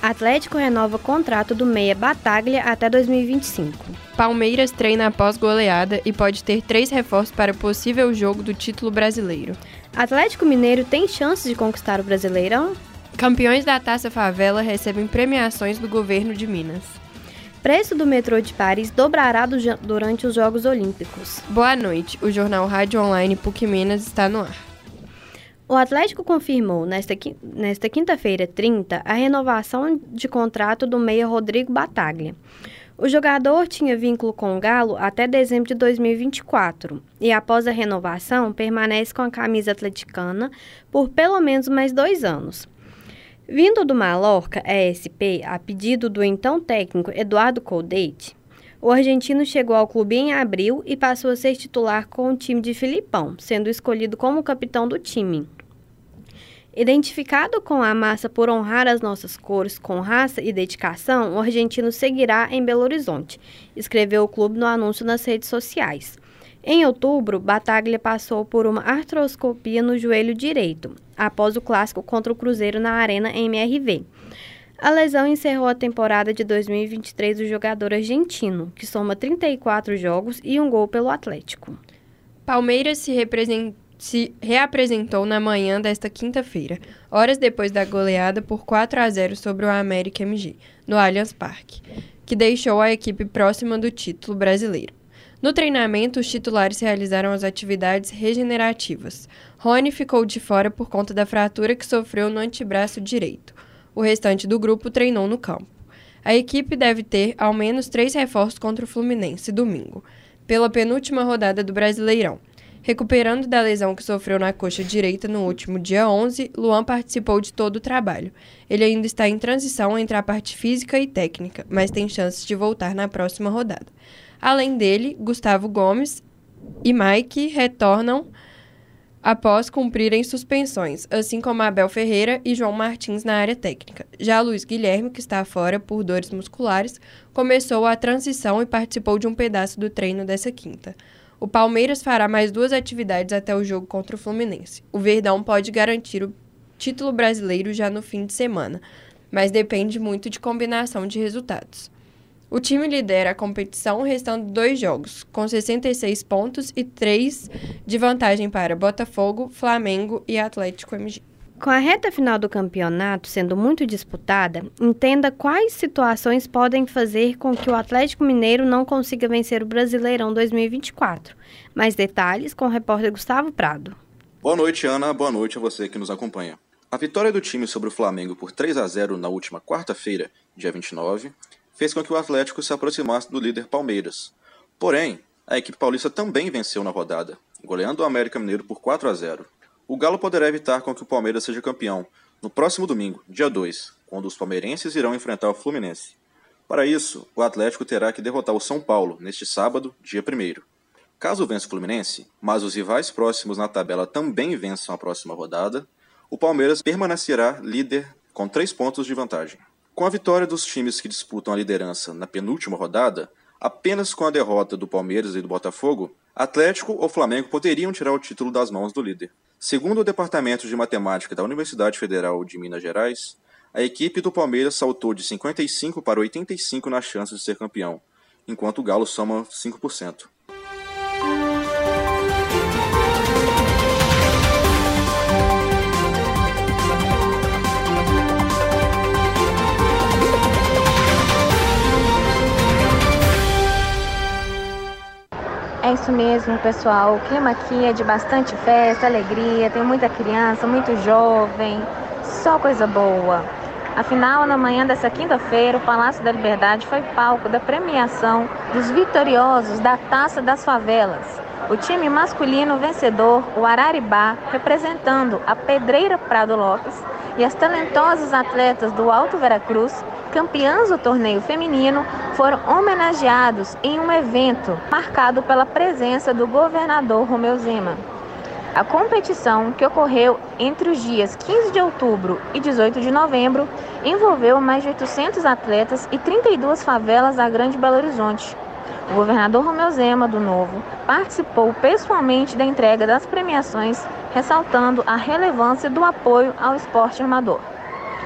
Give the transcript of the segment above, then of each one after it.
Atlético renova contrato do meia Bataglia até 2025. Palmeiras treina após goleada e pode ter 3 reforços para possível jogo do título brasileiro. Atlético Mineiro tem chances de conquistar o Brasileirão? Campeões da Taça Favela recebem premiações do governo de Minas. Preço do metrô de Paris dobrará durante os Jogos Olímpicos. Boa noite, o jornal Rádio Online PUC Minas está no ar. O Atlético confirmou nesta quinta-feira 30 a renovação de contrato do meia Rodrigo Bataglia. O jogador tinha vínculo com o Galo até dezembro de 2024 e, após a renovação, permanece com a camisa atleticana por pelo menos mais 2 anos. Vindo do Mallorca, ESP, a pedido do então técnico Eduardo Coudet, o argentino chegou ao clube em abril e passou a ser titular com o time de Filipão, sendo escolhido como capitão do time. Identificado com a massa por honrar as nossas cores com raça e dedicação, o argentino seguirá em Belo Horizonte, escreveu o clube no anúncio nas redes sociais. Em outubro, Bataglia passou por uma artroscopia no joelho direito, após o clássico contra o Cruzeiro na Arena MRV. A lesão encerrou a temporada de 2023 do jogador argentino, que soma 34 jogos e 1 gol pelo Atlético. Palmeiras se reapresentou na manhã desta quinta-feira, horas depois da goleada por 4-0 sobre o América MG, no Allianz Parque, que deixou a equipe próxima do título brasileiro. No treinamento, os titulares realizaram as atividades regenerativas. Rony ficou de fora por conta da fratura que sofreu no antebraço direito. O restante do grupo treinou no campo. A equipe deve ter ao menos 3 reforços contra o Fluminense domingo, pela penúltima rodada do Brasileirão. Recuperando da lesão que sofreu na coxa direita no último dia 11, Luan participou de todo o trabalho. Ele ainda está em transição entre a parte física e técnica, mas tem chances de voltar na próxima rodada. Além dele, Gustavo Gomes e Mike retornam após cumprirem suspensões, assim como Abel Ferreira e João Martins na área técnica. Já Luiz Guilherme, que está fora por dores musculares, começou a transição e participou de um pedaço do treino dessa quinta. O Palmeiras fará mais 2 atividades até o jogo contra o Fluminense. O Verdão pode garantir o título brasileiro já no fim de semana, mas depende muito de combinação de resultados. O time lidera a competição restando 2 jogos, com 66 pontos e 3 de vantagem para Botafogo, Flamengo e Atlético MG. Com a reta final do campeonato sendo muito disputada, entenda quais situações podem fazer com que o Atlético Mineiro não consiga vencer o Brasileirão 2024. Mais detalhes com o repórter Gustavo Prado. Boa noite, Ana. Boa noite a você que nos acompanha. A vitória do time sobre o Flamengo por 3-0 na última quarta-feira, dia 29, fez com que o Atlético se aproximasse do líder Palmeiras. Porém, a equipe paulista também venceu na rodada, goleando o América Mineiro por 4-0. O Galo poderá evitar com que o Palmeiras seja campeão no próximo domingo, dia 2, quando os palmeirenses irão enfrentar o Fluminense. Para isso, o Atlético terá que derrotar o São Paulo neste sábado, dia 1º. Caso vença o Fluminense, mas os rivais próximos na tabela também vençam a próxima rodada, o Palmeiras permanecerá líder com 3 pontos de vantagem. Com a vitória dos times que disputam a liderança na penúltima rodada, apenas com a derrota do Palmeiras e do Botafogo, Atlético ou Flamengo poderiam tirar o título das mãos do líder. Segundo o Departamento de Matemática da Universidade Federal de Minas Gerais, a equipe do Palmeiras saltou de 55 para 85 na chance de ser campeão, enquanto o Galo soma 5%. É isso mesmo, pessoal. O clima aqui é de bastante festa, alegria, tem muita criança, muito jovem, só coisa boa. Afinal, na manhã dessa quinta-feira, o Palácio da Liberdade foi palco da premiação dos vitoriosos da Taça das Favelas. O time masculino vencedor, o Araribá, representando a Pedreira Prado Lopes, e as talentosas atletas do Alto Veracruz, campeãs do torneio feminino, foram homenageados em um evento marcado pela presença do governador Romeu Zema. A competição, que ocorreu entre os dias 15 de outubro e 18 de novembro, envolveu mais de 800 atletas e 32 favelas da Grande Belo Horizonte. O governador Romeu Zema, do Novo, participou pessoalmente da entrega das premiações, ressaltando a relevância do apoio ao esporte amador.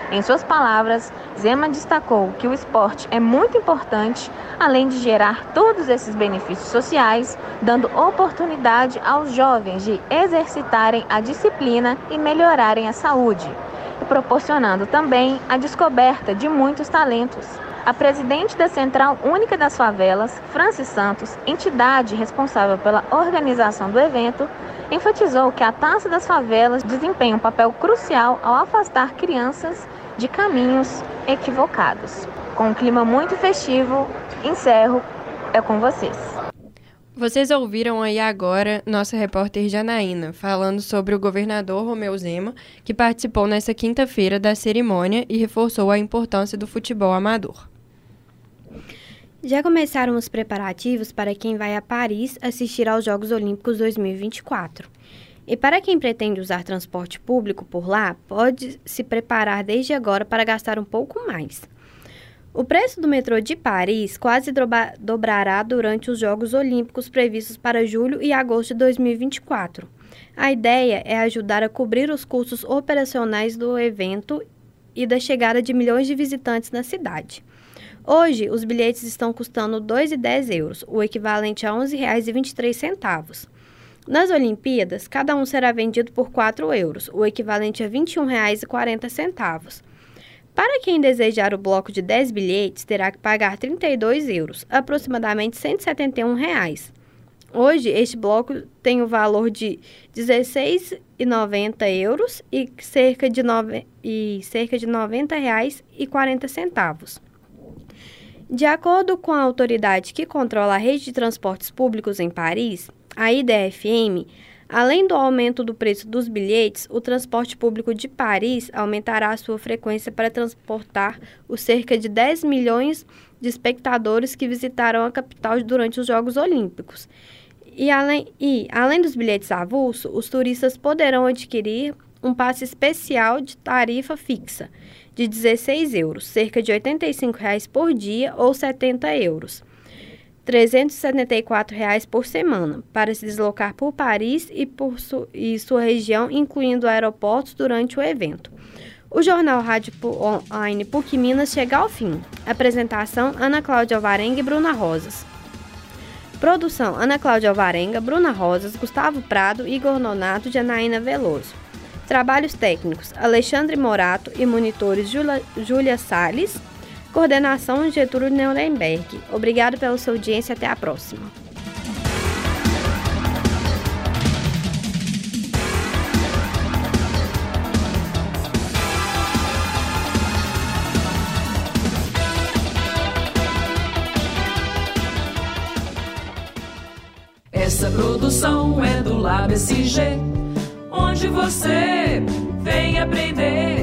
Em suas palavras, Zema destacou que o esporte é muito importante, além de gerar todos esses benefícios sociais, dando oportunidade aos jovens de exercitarem a disciplina e melhorarem a saúde, e proporcionando também a descoberta de muitos talentos. A presidente da Central Única das Favelas, Francis Santos, entidade responsável pela organização do evento, enfatizou que a Taça das Favelas desempenha um papel crucial ao afastar crianças de caminhos equivocados. Com um clima muito festivo, encerro, é com vocês. Vocês ouviram aí agora nossa repórter Janaína falando sobre o governador Romeu Zema, que participou nesta quinta-feira da cerimônia e reforçou a importância do futebol amador. Já começaram os preparativos para quem vai a Paris assistir aos Jogos Olímpicos 2024. E para quem pretende usar transporte público por lá, pode se preparar desde agora para gastar um pouco mais. O preço do metrô de Paris quase dobrará durante os Jogos Olímpicos previstos para julho e agosto de 2024. A ideia é ajudar a cobrir os custos operacionais do evento e da chegada de milhões de visitantes na cidade. Hoje, os bilhetes estão custando R$ 2,10, o equivalente a R$ 11,23. Nas Olimpíadas, cada um será vendido por R$ 4,00, o equivalente a R$ 21,40. Para quem desejar o bloco de 10 bilhetes, terá que pagar R$ 32,00, aproximadamente R$ 171,00. Hoje, este bloco tem o valor de R$ 16,90 e cerca de R$ 90,40. De acordo com a autoridade que controla a rede de transportes públicos em Paris, a IDFM, além do aumento do preço dos bilhetes, o transporte público de Paris aumentará a sua frequência para transportar os cerca de 10 milhões de espectadores que visitaram a capital durante os Jogos Olímpicos. Além dos bilhetes avulso, os turistas poderão adquirir um passe especial de tarifa fixa, de R$ 16,00, cerca de R$ 85,00 por dia ou R$ 70,00. R$ 374,00 por semana, para se deslocar por Paris e sua região, incluindo aeroportos, durante o evento. O Jornal Rádio Online PUC Minas chega ao fim. Apresentação: Ana Cláudia Alvarenga e Bruna Rosas. Produção: Ana Cláudia Alvarenga, Bruna Rosas, Gustavo Prado, Igor Nonato, Janaína Veloso. Trabalhos técnicos: Alexandre Morato e monitores Júlia Salles. Coordenação: Getúlio Neulenberg. Obrigado pela sua audiência. Até a próxima. Essa produção é do Lab SG, onde você vem aprender